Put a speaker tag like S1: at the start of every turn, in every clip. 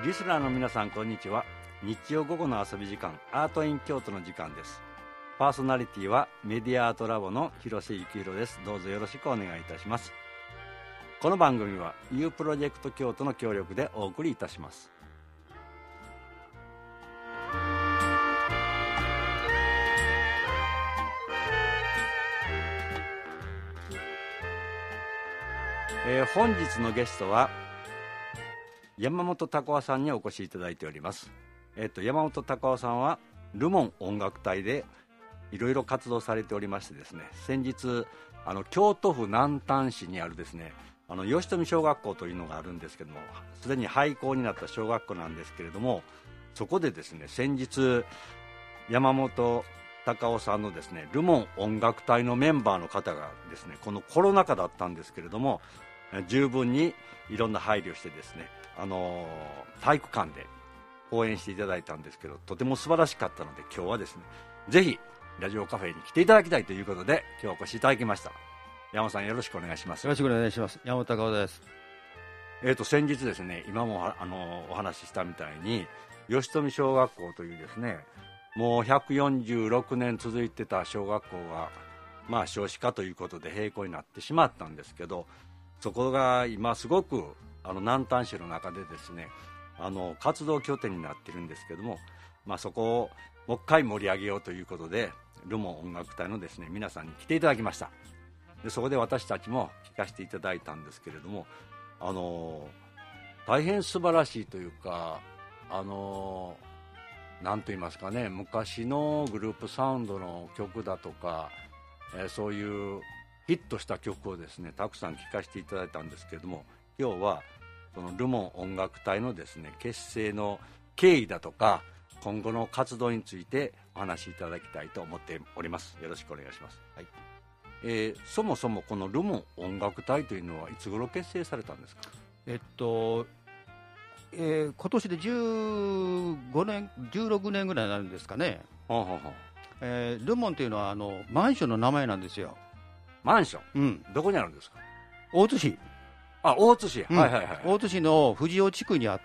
S1: リスナーの皆さんこんにちは。日曜午後の遊び時間、アートイン京都の時間です。パーソナリティはメディアアートラボの広瀬幸宏です。どうぞよろしくお願いいたします。この番組は U プロジェクト京都の協力でお送りいたします。本日のゲストは山本隆夫さんにお越しいただいております。山本隆夫さんはルモン音楽隊でいろいろ活動されておりましてですね、先日京都府南丹市にあるですね、吉富小学校というのがあるんですけども、すでに廃校になった小学校なんですけれども、そこでですね、先日山本隆夫さんのですねルモン音楽隊のメンバーの方がですね、このコロナ禍だったんですけれども、十分にいろんな配慮してですね、体育館で講演していただいたんですけど、とても素晴らしかったので、今日はですねぜひラジオカフェに来ていただきたいということで今日お越しいただきました。山本さんよろしくお願いします。
S2: よろしくお願いします。山本隆夫です。
S1: 先日ですね、今もお話ししたみたいに吉富小学校というですね、もう146年続いてた小学校が少子化ということで閉校になってしまったんですけど、そこが今すごく南丹市の中でですね活動拠点になってるんですけども、そこをもう一回盛り上げようということでルモン音楽隊のですね皆さんに来ていただきました。でそこで私たちも聞かせていただいたんですけれども、大変素晴らしいというか、なんと言いますかね、昔のグループサウンドの曲だとか、そういうヒットした曲をですねたくさん聴かせていただいたんですけれども、今日はそのルモン音楽隊のですね結成の経緯だとか今後の活動についてお話しいただきたいと思っております。よろしくお願いします。はい。そもそもこのルモン音楽隊というのはいつ頃結成されたんですか？
S2: 今年で15年16年ぐらいになるんですかね。ルモンというのはマンションの名前なんですよ。
S1: マンション、
S2: うん、
S1: どこにあるんですか？
S2: 大津市。
S1: 大津市、はいはいはい。
S2: 大津市の藤尾地区にあって、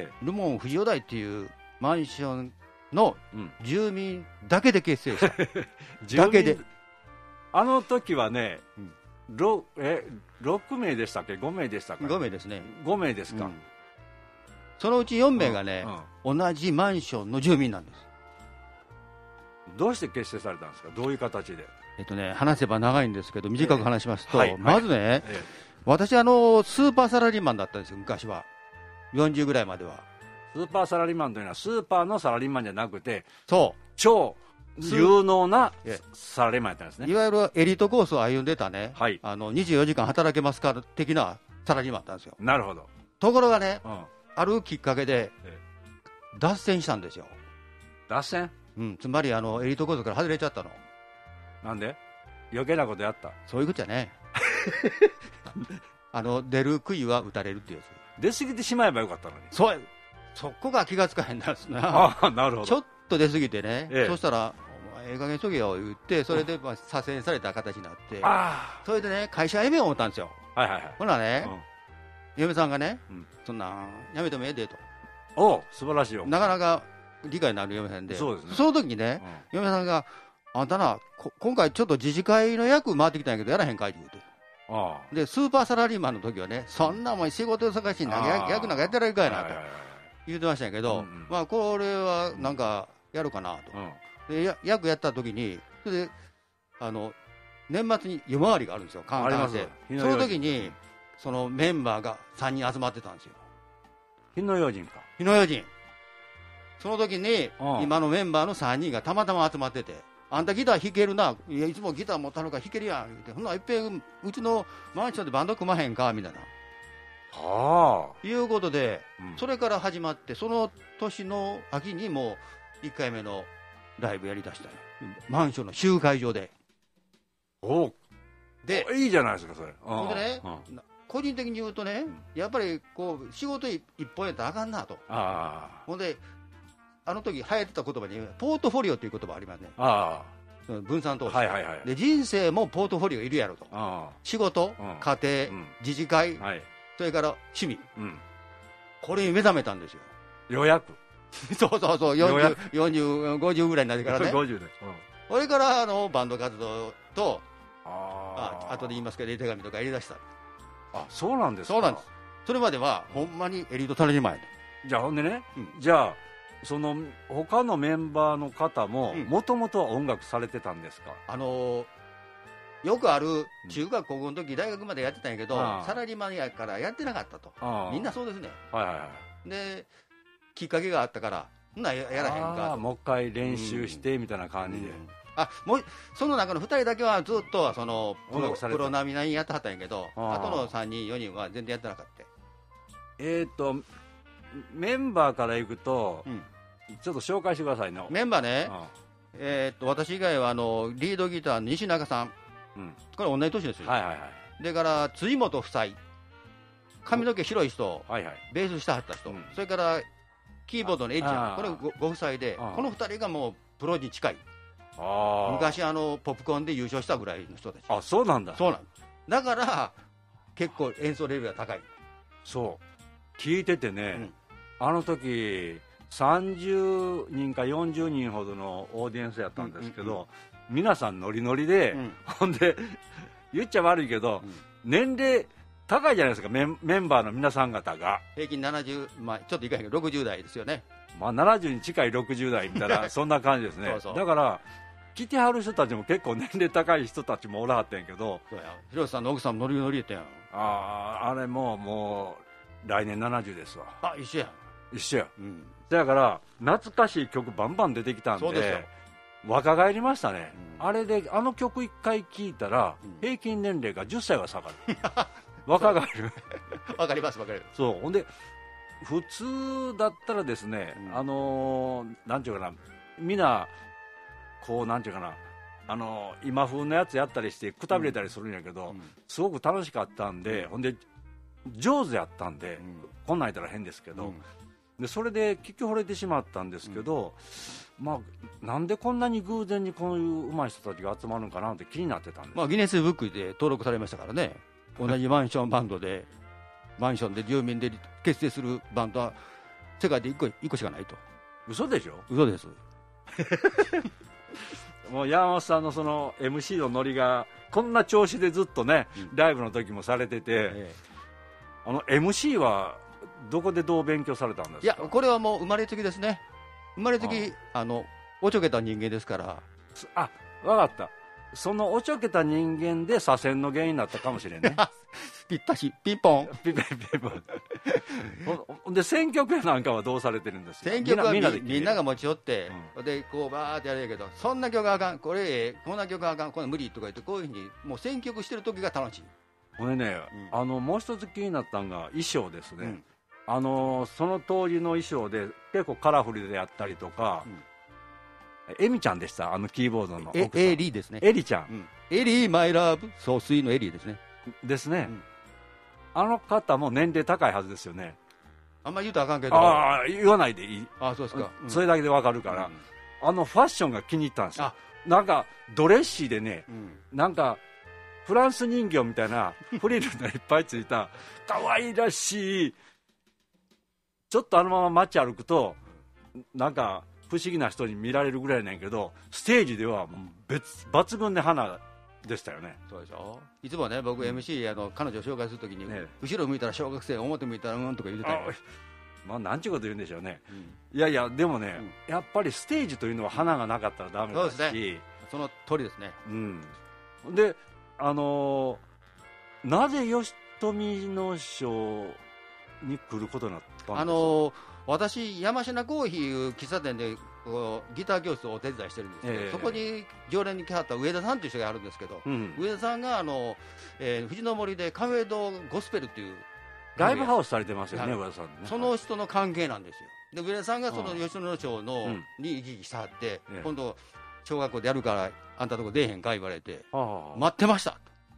S2: ルモン藤尾台っていうマンションの住民だけで結成した、だけで。
S1: あの時はね、6名でしたっけ？ 5 名でしたか？
S2: 5名ですね。
S1: 5名ですか、
S2: そのうち4名がね、同じマンションの住民なんです。
S1: どうして結成されたんですか？どういう形で？
S2: 話せば長いんですけど短く話しますと、まずね、私スーパーサラリーマンだったんですよ、昔は。40ぐらいまでは。
S1: スーパーサラリーマンというのはスーパーのサラリーマンじゃなくて、
S2: 超
S1: 有能なサラリーマンやったんですね。
S2: いわゆるエリートコースを歩んでたね、24時間働けますか的なサラリーマンだったんですよ。
S1: なるほど。
S2: ところがね、あるきっかけで脱線したんですよ。
S1: 脱線？
S2: つまりエリートコースから外れちゃったの。
S1: なんで？余計なことやった？
S2: そういうことじゃね出る杭は打たれるっていうやつ。
S1: 出過ぎてしまえばよかったのに。
S2: そこが気がつかへんなんですな。
S1: なるほど。
S2: ちょっと出過ぎてね、そしたらお前ええ加減しとけよ言って、それで左遷された形になって、それでね会社辞めよう思ったんですよ。ほなね、嫁さんがね、そんな辞めてもええでと。
S1: 素晴らしいよ。な
S2: かなか理解のある嫁さんで、その時にね、嫁さんがあんたな今回ちょっと自治会の役回ってきたんやけどやらへんかいって言うて、でスーパーサラリーマンの時はね、そんなもん仕事探しに役なんかやってられるかいなと言ってましたんやけど、これはなんかやるかなと、で役やった時に、それで年末に夜回りがあるんですよ、簡単で。その時にそのメンバーが3人集まってたんですよ。
S1: 火の用心か。
S2: 火の用心。その時に今のメンバーの3人がたまたま集まってて、あんたギター弾けるな、いやいつもギター持ったのから弾けるやん言って、ほんならいっぺんうちのマンションでバンド組まへんかみたいな、いうことで、それから始まって、その年の秋にもう1回目のライブやりだしたよ、マンションの集会場で。
S1: でいいじゃないですかそれ。
S2: ほんでね、個人的に言うとね、やっぱりこう仕事一本やったらあかんなと。ほんであの時流行ってた言葉にポートフォリオという言葉ありますね。分散投資、で人生もポートフォリオいるやろと。仕事、家庭、自治会、それから趣味、これに目覚めたんですよ。
S1: ようやく
S2: そう40、50ぐらいになってからね
S1: 50で、
S2: それからバンド活動と後で言いますけど絵手紙とかやりだした。
S1: そうなんですか。
S2: そうなんです。それまではほんまにエリートサラリーマンや
S1: と。じゃあほんでね、じゃあその他のメンバーの方ももともとは音楽されてたんですか。
S2: よくある中学高校の時大学までやってたんやけど、サラリーマンやからやってなかったと。みんなそうですね。できっかけがあったからやらへんか、
S1: もう一回練習してみたいな感じで、
S2: もうその中の2人だけはずっとプロ並みなりにやってはったんやけど、あとの3人4人は全然やってなかった。
S1: メンバーからいくと、ちょっと紹介してくださいね。
S2: メンバーね、私以外はリードギターの西中さん、これ同じ年ですよ。それから辻本夫妻、髪の毛白い人、ベースしてはった人、それからキーボードのエリちゃん、これご夫妻で、この2人がもうプロに近い。昔ポップコーンで優勝したぐらいの人たち。
S1: そうなんだ。
S2: そうなんだから結構演奏レベルが高い。
S1: そう聞いててね、あの時30人か40人ほどのオーディエンスやったんですけど、皆さんノリノリで、ほんで言っちゃ悪いけど、年齢高いじゃないですか、メンバーの皆さん方が
S2: 平均70、ちょっといかへんけど60代ですよね。
S1: 70に近い60代みたいなそんな感じですね。だから来てはる人たちも結構年齢高い人たちもおらはってんけど、
S2: 広瀬さんの奥さんもノリノリやったやん。
S1: あれもう来年70ですわ。
S2: 一緒や
S1: ん。一緒や、だから懐かしい曲バンバン出てきたんで若返りましたね、あれであの曲1回聴いたら、平均年齢が10歳は下がる若返る
S2: わかります、わかる。
S1: そうほんで普通だったらですね、なんていうかな、みんなこうなんていうかな、今風のやつやったりしてくたびれたりするんやけど、すごく楽しかったんで、ほんで上手やったんで、こんなん言ったら変ですけど、でそれで聞き惚れてしまったんですけど、なんでこんなに偶然にこういう上手い人たちが集まるのかなって気になってたんです。
S2: ギネスブックで登録されましたからね。同じマンションバンドでマンションで住民で結成するバンドは世界で1個しかないと。
S1: 嘘でしょ。
S2: 嘘です
S1: もう山本さんのその MC のノリがこんな調子でずっとね、ライブの時もされてて、MC はどこでどう勉強されたんですか。
S2: いやこれはもう生まれつきですね。生まれつきおちょけた人間ですから。
S1: 分かった。そのおちょけた人間で左遷の原因になったかもしれんね
S2: ぴったしピンポン
S1: ピンポンで選曲なんかはどうされてるんですか。
S2: 選曲はみんなが持ち寄って、でこうバーってやるんやけど、そんな曲あかん、これこんな曲あかん、これ無理とか言って、こういうふうにもう選曲してる時が楽しい。
S1: これね、もう一つ気になったのが衣装ですね、その当時の衣装で結構カラフルであったりとか、エミちゃんでした、キーボードの奥さん。
S2: エリーですね。
S1: エリちゃん、
S2: エリーマイラブ総帥のエリーですね。
S1: ですね、あの方も年齢高いはずですよね。
S2: あんまり言うとあかんけど。
S1: 言わないでいい。
S2: そうですか、
S1: それだけでわかるから、ファッションが気に入ったんですよ。なんかドレッシーでね、なんかフランス人形みたいなフリルがいっぱいついた可愛らしい、ちょっとあのまま街歩くとなんか不思議な人に見られるぐらいなんやけど、ステージではもう抜群で花でしたよね。
S2: そうでしょ。いつもね、僕 MC 彼女を紹介するときに、後ろ向いたら小学生、表向いたらとか言ってたよ。
S1: なんちゅうこと言うんでしょうね、いやいやでもね、やっぱりステージというのは花がなかったらダメだし、
S2: そうですね、その通りですね。
S1: でなぜ吉富の賞に来ることになったんですか。
S2: 私、山科コーヒー喫茶店でギター教室をお手伝いしてるんですけど、そこに常連に来はった上田さんという人があるんですけど、上田さんが藤の森でカフェドゴスペルっていう
S1: ライブハウスされてますよね、上田さんね。
S2: その人の関係なんですよ。で上田さんがその吉野町に行き来してはって、今度小学校でやるからあんたとこ出えへんか言われて、待ってました。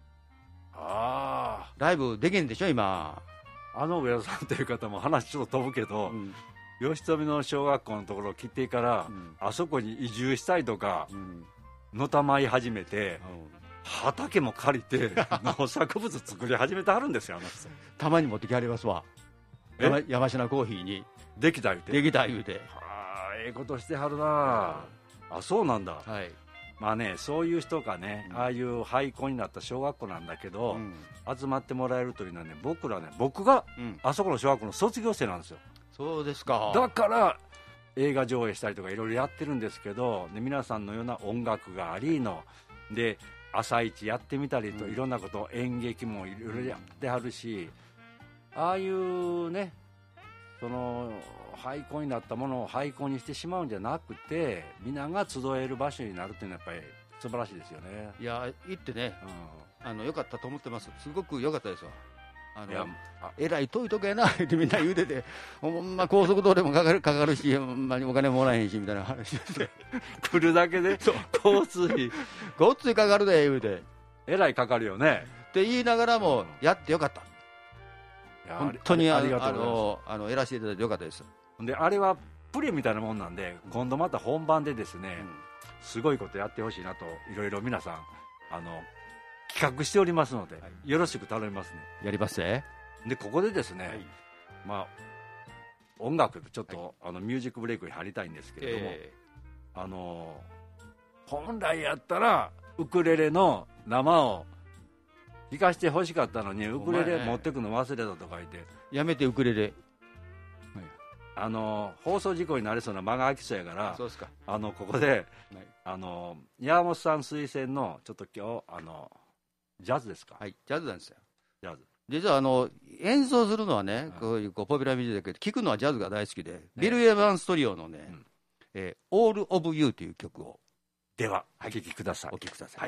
S2: ライブできんでしょ今。
S1: 上田さんという方も話ちょっと飛ぶけど、吉富の小学校のところを切ってから、あそこに移住したりとか、のたまい始めて、畑も借りて農作物作り始めてはるんですよ。
S2: たまに持ってきはりますわ。 山科コーヒーに
S1: できた言うて。
S2: できた言うて。
S1: はあ、ええことしてはるな。あ、そうなんだ。
S2: はい。
S1: まあね、そういう人がね、ああいう廃校になった小学校なんだけど、集まってもらえるというのはね、僕が、あそこの小学校の卒業生なんですよ。
S2: そうですか。
S1: だから映画上映したりとかいろいろやってるんですけど、で皆さんのような音楽がありので朝市やってみたりと、いろんなこと、演劇もいろいろやってはるし、ああいうね、その廃校になったものを廃校にしてしまうんじゃなくて、皆が集える場所になるっていうのはやっぱり素晴らしいですよね。
S2: いや、行ってね、良かったと思ってます。すごく良かったですわ。えらい遠いとこやなってみんな言うてて、ほんま高速道路もかかるし、ほんまにお金もらえへんしみたいな話で
S1: 来るだけで交通費
S2: ごっついかかるで言うて、
S1: えらいかかるよね
S2: って言いながらも、やってよかった。本当にやらせていただいてよかったです。
S1: で、あれはプレみたいなもんなんで、今度また本番でですね、すごいことやってほしいなと、いろいろ皆さん企画しておりますので、よろしく頼みますね。
S2: やりますね。
S1: で、ここでですね、まあ音楽でちょっと、ミュージックブレイクに入りたいんですけれども、本来やったらウクレレの生を弾かしてほしかったのに、ウクレレ持ってくの忘れたとか言って、
S2: やめてウクレレ、
S1: 放送事故になりそうな間が空きそうやから、
S2: そうですか。
S1: ここで、山本さん推薦のちょっと今日ジャズですか。
S2: はい、ジャズなんですよ。
S1: ジャズ。
S2: 実は演奏するのはね、こういうポピュラーミュージックだけど、聴くのはジャズが大好きで、ビル・エヴァンストリオのね、オール・オブ・ユーという曲を、
S1: ではお聴きください。
S2: お聴きください。
S1: はい。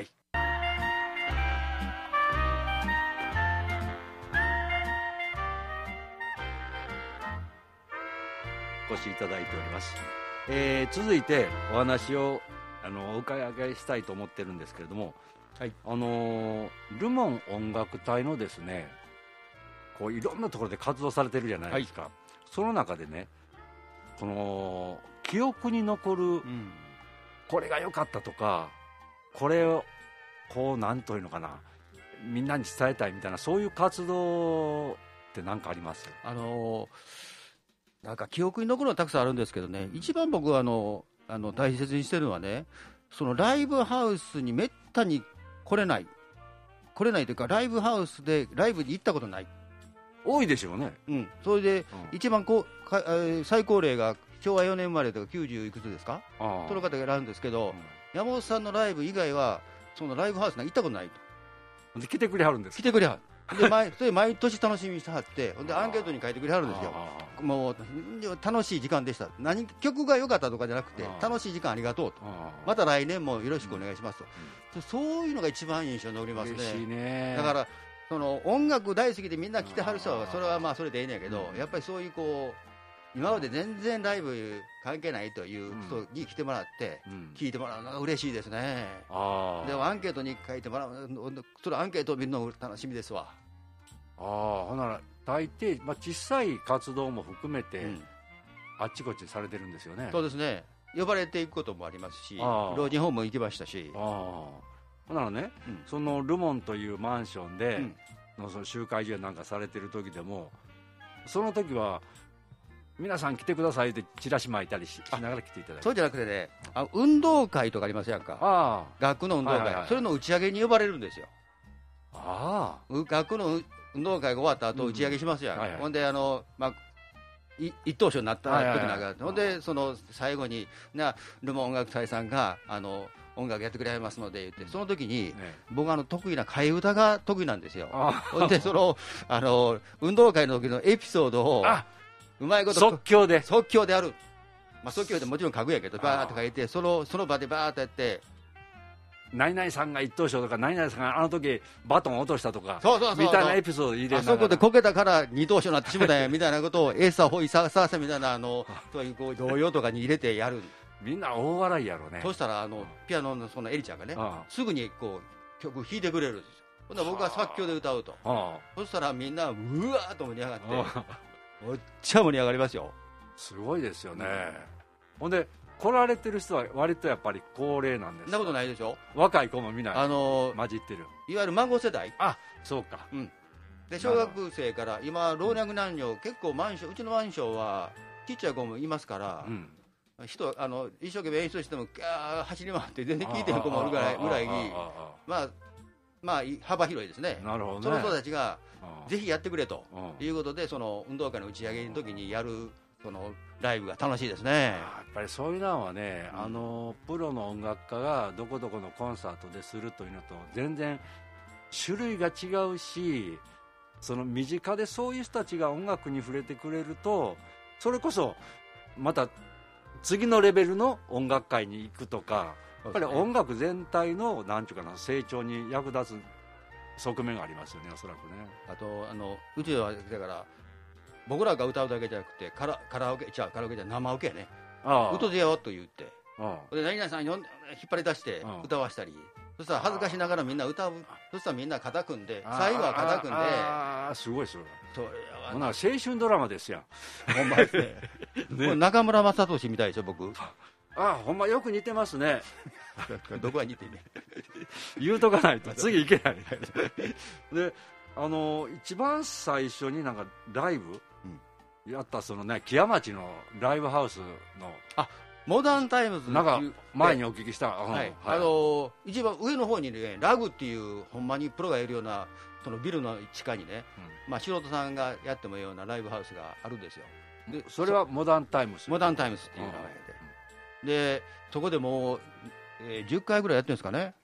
S1: お越しいただいております。続いてお話をお伺いしたいと思ってるんですけれども、
S2: はい、
S1: ルモン音楽隊のですね、こういろんなところで活動されてるじゃないですか、はい、その中でね、この記憶に残る、これが良かったとか、これをこうなんというのかな、みんなに伝えたいみたいな、そういう活動って何かあります？
S2: なんか記憶に残るのはたくさんあるんですけどね、一番僕は大切にしてるのはね、そのライブハウスにめったに来れないというか、ライブハウスでライブに行ったことない、
S1: 多いでしょうね。
S2: それで、一番最高齢が昭和4年生まれとか90いくつですか、その方がいられるんですけど、山本さんのライブ以外はそのライブハウスに行ったことないと。
S1: で来てくれはるんですか？
S2: 来てくれはる。それ毎年楽しみにしてはって、でアンケートに書いてくれはるんですよ。もう楽しい時間でした、曲が良かったとかじゃなくて、楽しい時間ありがとうと、また来年もよろしくお願いしますと、そういうのが一番印象に残りますね。
S1: 嬉しいね。
S2: だからその音楽大好きでみんな来てはる人はそれはまあそれでいいんやけど、やっぱりそういう今まで全然ライブ関係ないという人に来てもらって聞いてもらうのが嬉しいですね。でもアンケートに書いてもらう、それアンケートを見るの楽しみですわ。
S1: ほんなら大抵、小さい活動も含めて、あっちこっちされてるんですよね。
S2: そうですね、呼ばれていくこともありますし、老人ホームも行きましたし。
S1: ほんならね、そのルモンというマンションで、その集会所やなんかされてる時でも、その時は皆さん来てくださいってチラシ巻いたり しながら来ていただいて。
S2: そうじゃなくてね、運動会とかありますやんか、学区の運動会、それの打ち上げに呼ばれるんですよ。学区の運動会が終わった後打ち上げしますやん、ほんで一等賞になった時なんか、ほんでその最後にルモン音楽隊さんが音楽やってくれますので言って、その時に、僕得意な替え歌が得意なんですよ。ほんでその運動会の時のエピソードをうまいこと
S1: 即興で
S2: ある、即興でもちろん書くやけど、バーって書いて、その場でバーってやって、
S1: 何々さんが一等賞とか、何々さんがあの時バトン落としたとか、みたいなエピソード入れながら、
S2: あそこでこけたから二等賞になってしまったんやみたいなことをエーサーホイサーサーサみたいなそういう童謡とかに入れてやる。
S1: みんな大笑いやろね。
S2: そしたらピアノのそのエリちゃんがね、すぐに曲弾いてくれるんですよ。ほんで僕が即興で歌うと、そしたらみんなうわーっと盛り上がって、めっちゃ盛り上がりますよ。
S1: すごいですよね。ほんで来られてる人は割とやっぱり高齢なんですか？
S2: そんなことないでしょ。
S1: 若い子もみんな混じってる、
S2: いわゆる孫世代。
S1: そうか。
S2: で小学生から今老若男女結構うちのマンションはちっちゃい子もいますから、一生懸命演奏しても走り回って全然聴いてへん子もおるぐらいまあ幅広いですね。
S1: なるほどね。
S2: その人たちがぜひやってくれということで、その運動会の打ち上げの時にやるそのライブが楽しいですね。
S1: やっぱりそういうのはね、プロの音楽家がどこどこのコンサートでするというのと全然種類が違うし、その身近でそういう人たちが音楽に触れてくれると、それこそまた次のレベルの音楽会に行くとか、やっぱり音楽全体のなんていうかな、成長に役立つ側面がありますよね、おそらくね。
S2: あとうちはだから僕らが歌うだけじゃなくてカラオケじゃ生受けね、歌でよと言って、で何々さん引っ張り出して歌わしたり、そしたら恥ずかしながらみんな歌う、そしたらみんな肩組んで、最後は肩組んで、
S1: すごいすごい、
S2: それは
S1: 青春ドラマですやん。
S2: ほんまですね。ね、中村雅俊みたいでしょ僕。
S1: ほんまよく似てますね。
S2: どこが似てんね
S1: 言うとかないと次いけない。で一番最初になんかライブやったそのね、木屋町のライブハウスの
S2: モダンタイムズ
S1: なんか前にお聞きした、
S2: 一番上の方にね、ラグっていうほんまにプロがいるようなそのビルの地下にね、素人さんがやってもいいようなライブハウスがあるんですよ。
S1: でそれはモダンタイムス。
S2: モダンタイムスっていう名前で、そこでもう、10回ぐらいやってるんですかね。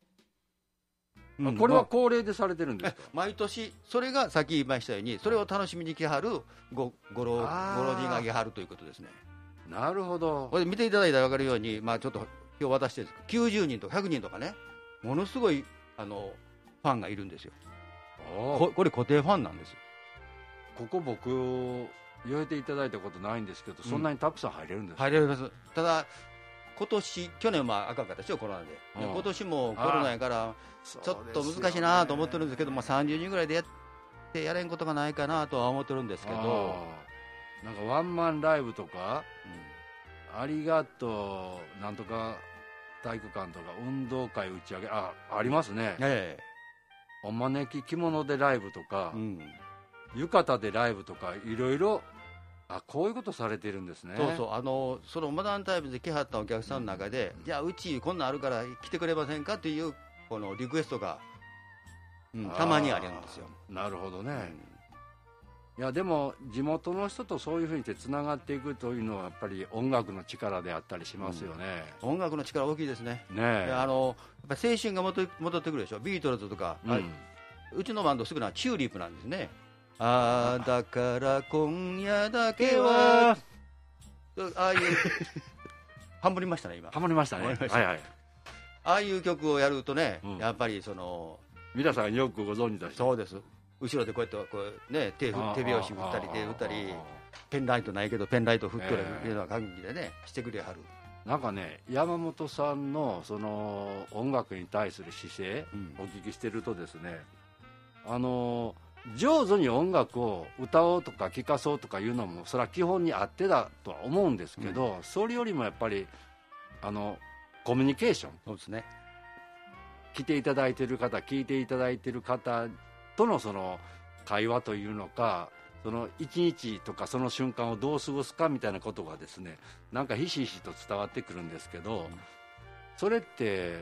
S1: これは恒例でされてるんですか？
S2: 毎年、それがさっき言いましたように、それを楽しみに来はるご老人が来はるということですね。
S1: なるほど。
S2: これ見ていただいたら分かるように、ちょっと今日渡してるんですけど、90人とか100人とかね、ものすごいファンがいるんですよ。これ固定ファンなんですよ。
S1: ここ僕言われていただいたことないんですけど、そんなにたくさん入れるんですか？
S2: 入れます。ただ去年は赤かったですよ、コロナで。今年もコロナやからちょっと難しいなと思ってるんですけど、30人ぐらいでやれんことがないかなとは思ってるんですけど、
S1: なんかワンマンライブとか、ありがとうなんとか体育館とか運動会打ち上げありますね。お招き着物でライブとか、浴衣でライブとか、いろいろこういうことされてるんですね。
S2: そのモダンタイムズで来はったお客さんの中で、じゃあうちこんなんあるから来てくれませんかというこのリクエストが、たまにあるんですよ。
S1: なるほどね。いやでも地元の人とそういうふうにしてつながっていくというのはやっぱり音楽の力であったりしますよね。
S2: 音楽の力大きいですね。やっぱ青春が戻ってくるでしょ。ビートルズとか、うちのバンドすぐなチューリップなんですね。だから今夜だけはああいうハモりましたね。今
S1: ハモりましたね。
S2: ああいう曲をやるとね、やっぱり
S1: 皆さんよくご存知だし。
S2: そうです。後ろでこうやってね、手拍子振ったり手振ったり、ペンライトないけどペンライト振ってるような感じでね、してくれはる。
S1: なんかね、山本さんのその音楽に対する姿勢、お聞きしてるとですね、上手に音楽を歌おうとか聴かそうとかいうのもそれは基本にあってだとは思うんですけど、それよりもやっぱりコミュニケーション、
S2: そうですね、
S1: 来ていただいている方、聞いていただいている方とのその会話というのか、その一日とかその瞬間をどう過ごすかみたいなことがですね、なんかひしひしと伝わってくるんですけど、それって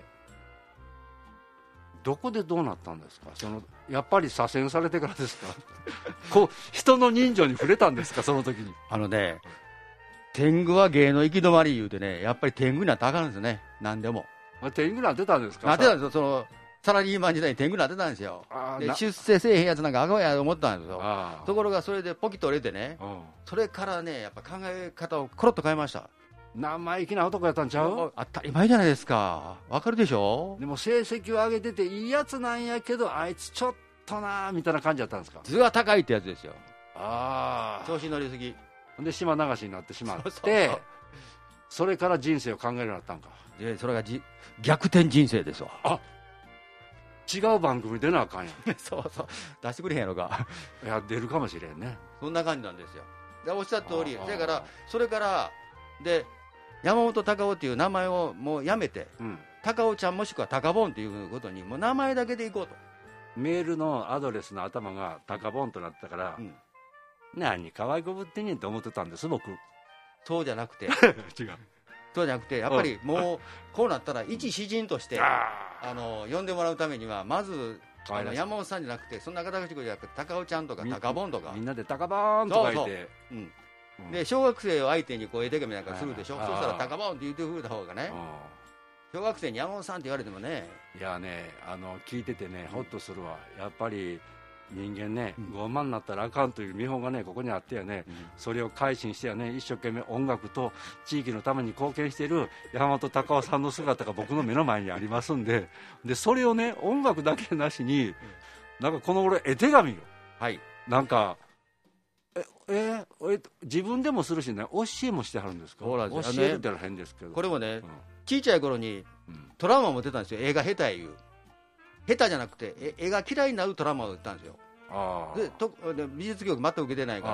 S1: どこでどうなったんですか？やっぱり左遷されてからですか？人の人情に触れたんですか、その時に。
S2: 天狗は芸の行き止まり言うてね、やっぱり天狗になったらあかんですよね、何でも。
S1: 天狗になってたんですか？
S2: なってたんですよ。サラリーマン時代に天狗になってたんですよ。で出世せえへんやつなんかあかんやと思ったんですよ。ところがそれでポキッと折れてね、それからね、やっぱ考え方をコロッと変えました。
S1: 生意気な男やったんちゃう？
S2: 当たり前じゃないですか。わかるでしょ？
S1: でも成績を上げてていいやつなんやけど、あいつちょっとなみたいな感じだったんですか？
S2: 図が高いってやつですよ。
S1: 調
S2: 子乗りすぎ
S1: で島流しになってしまって、それから人生を考えるようになったんか。
S2: それが逆転人生ですわ。
S1: 違う番組出なあかんやん。
S2: そう出してくれへんやろか。
S1: いや出るかもしれんね。
S2: そんな感じなんですよ。でおっしゃった通り、それからで山本隆夫っていう名前をもうやめて、隆夫ちゃんもしくは隆ボンっていうことにもう名前だけでいこうと。
S1: メールのアドレスの頭が高ボンとなったから、何可愛いこぶってんねんと思ってたんです僕。
S2: そうじゃなくて違う、
S1: そう
S2: じゃなくてやっぱりもうこうなったら一詩人として呼んでもらうためにはまず山本さんじゃなくてそんな方々じゃなくて高尾ちゃんとか高ボンとか
S1: みんなで高ボンとか言って、
S2: で小学生を相手にこう絵手紙なんかするでしょ。そうしたら高ボンって言ってくれた方がね、小学生に山本さんって言われてもね。
S1: いやね、聞いててね、ほっとするわ。やっぱり人間ね、傲慢になったらあかんという見本がねここにあってやね、それを改心してやね、一生懸命音楽と地域のために貢献している山本隆夫さんの姿が僕の目の前にありますんで、それをね音楽だけなしに、なんかこの俺絵手紙よ、なんか自分でもするしね、教えもしてはるんですか。教えるってのは変ですけど、
S2: これもね、ちいちゃい頃にトラウマも出たんですよ。映画下手いう下手じゃなくて絵が嫌いになるトラウマを出たんですよ。で美術教育全く受けてないから、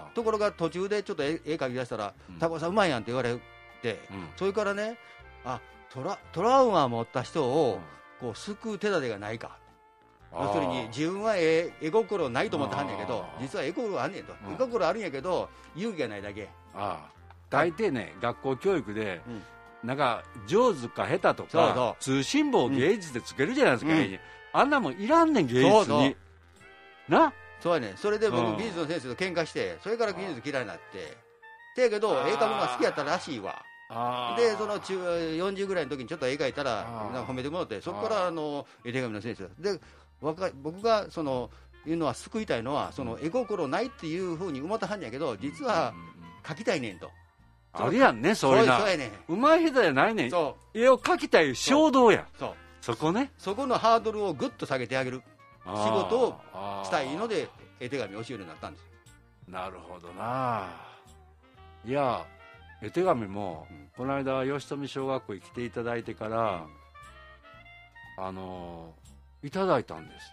S2: ところが途中でちょっと絵描き出したら「高尾さんうまいやん」って言われて、それからね、トラウマを持った人をこう救う手立てがないか。要するに自分は絵心ないと思ってはんねんけど、実は絵心あんねんと、絵心あるんやけど勇気がないだけ。
S1: 大抵ね学校教育で、なんか上手か下手とか通信簿を芸術でつけるじゃないですか、あんなもんいらんねん芸術に。
S2: そうやね。それで僕美術の先生と喧嘩して、それから美術嫌いになって、だけど絵描くのが好きやったらしいわ。でその40ぐらいの時にちょっと絵描いたら褒めてもらって、そこから絵手紙の先生で、僕が言うのは救いたいのは、その絵心ないっていうふうに思ったはんやけど、実は描きたいねんと。
S1: あるやんね、そういうな。うまい下手じゃないねん。絵を描きたい衝動や。そこね。
S2: そこのハードルをぐっと下げてあげる仕事をしたいので絵手紙を教えるようになったんです。
S1: なるほどな。いや絵手紙も、この間吉富小学校に来ていただいてから、いただいたんです。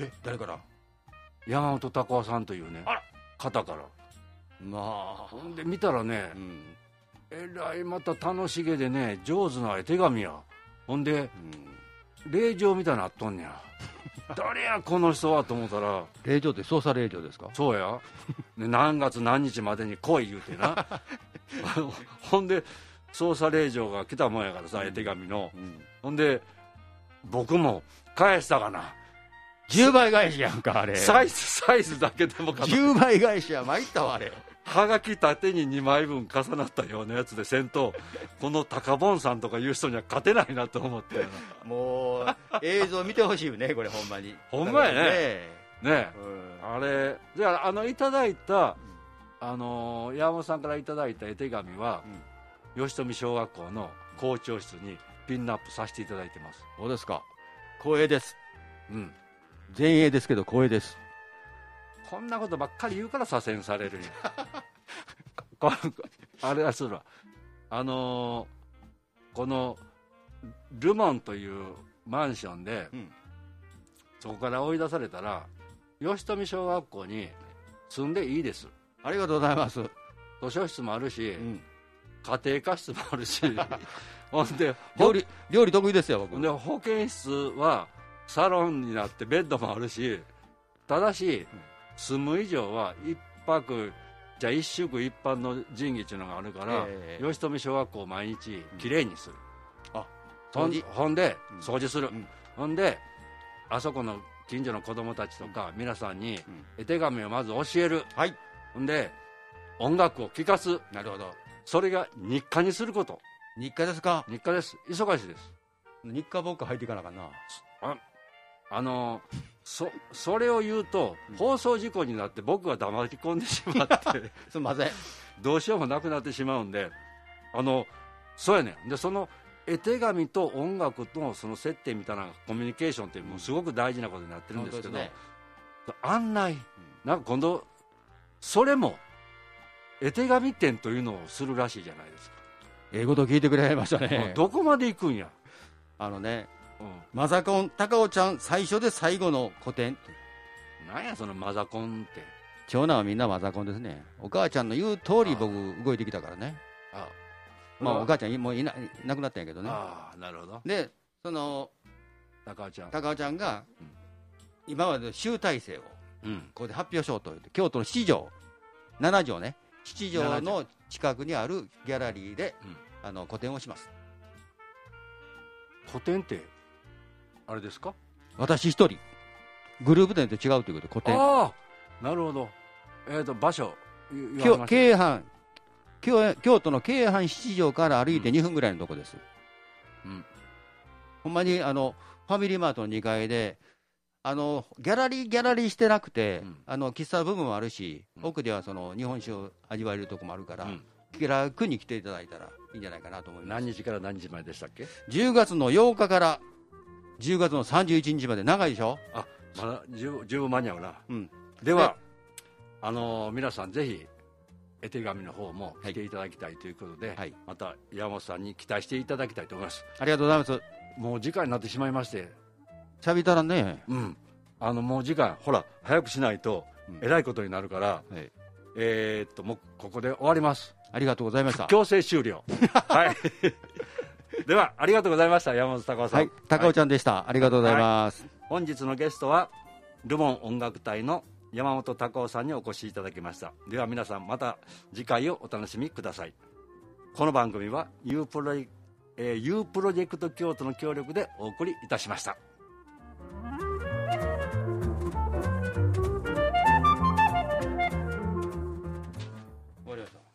S2: 誰から？
S1: 山本隆夫さんというね方から。ほんで見たらね、えらいまた楽しげでね上手な絵手紙や。ほんで、令状みたいなのあっとんねや。誰やこの人はと思ったら、
S2: 令状って捜査令状ですか？
S1: そうや。で何月何日までに来い言うてなほんで捜査令状が来たもんやからさ、絵手紙の、ほんで僕も返したかな。
S2: 10倍返しやんかあれ。
S1: サイズだけでも
S2: 10倍返しや、参ったわあれ。
S1: はがき縦に2枚分重なったようなやつでせんと、この高ボンさんとかいう人には勝てないなと思って。
S2: もう映像見てほしいよねこれ、ほんまに。
S1: ほんまやね。あれじゃあいただいた山本さんからいただいた絵手紙は、吉富小学校の校長室にピンナップさせていただいてます。
S2: そうですか。光栄です。前衛ですけど光栄です。
S1: こんなことばっかり言うから左遷されるんやあれはするわ。このルモンというマンションで、そこから追い出されたら吉富小学校に住んでいいです。
S2: ありがとうございます。
S1: 図書室もあるし、家庭科室もあるしほんで
S2: 料理得意ですよ僕。
S1: で保健室はサロンになってベッドもあるし、ただし、住む以上は一泊じゃ一宿一般の神器っていうのがあるから、吉富小学校を毎日きれいにする、ほんで掃除する、ほんであそこの近所の子供たちとか皆さんに絵手紙をまず教える、ほんで音楽を聴かす。
S2: なるほど。
S1: それが日課にすること。
S2: 日課ですか？
S1: 日課です。忙しいです。
S2: 日課僕入っていかなあかんな。
S1: それを言うと、放送事故になって僕が黙り込んでしまって
S2: すみません、
S1: どうしようもなくなってしまうんで、そうやねん。でその絵手紙と音楽とその接点みたいなコミュニケーションっていうもうすごく大事なことになってるんですけど、案内、なんか今度それも絵手紙展というのをするらしいじゃないですか。
S2: 英語と聞いてくれましたね。
S1: どこまで行くんや。
S2: マザコン高尾ちゃん最初で最後の個展って。
S1: なんやそのマザコンって。
S2: 長男はみんなマザコンですね。お母ちゃんの言う通り僕動いてきたからね。お母ちゃんもういなくなったんやけどね。
S1: なるほど。
S2: でその
S1: 高尾ちゃん
S2: が、 今までの集大成を、ここで発表しようと言って、京都の7条ね、7条の近くにあるギャラリーで、個展をします。
S1: 個展ってあれですか？
S2: 私一人グループ展と違うということで個展。
S1: ああ、なるほど。場所
S2: 京都の京阪七条から歩いて2分ぐらいのとこです。ほんまにファミリーマートの2階でギャラリーしてなくて、喫茶部分もあるし、奥ではその日本酒を味わえるとこもあるから、気楽に来ていただいたらいいんじゃないかなと思います。
S1: 何日から何日まででしたっけ
S2: ？10月の8日から10月の31日まで。長いでしょ。
S1: あ、まだ十分間に合うな。では、皆さんぜひ絵手紙の方も来ていただきたいということで、また山本さんに期待していただきたいと思います。
S2: ありがとうございます。も
S1: う時間になってしまいまして、
S2: しゃべったらね、
S1: もう時間ほら早くしないとえらいことになるから、もうここで終わります。
S2: ありがとうございました。
S1: 強制終了はいではありがとうございました。山本隆夫さん。
S2: 高尾ちゃんでした。ありがとうございます。
S1: 本日のゲストはルモン音楽隊の山本隆夫さんにお越しいただきました。では皆さんまた次回をお楽しみください。この番組は U プロジェクト京都の協力でお送りいたしました。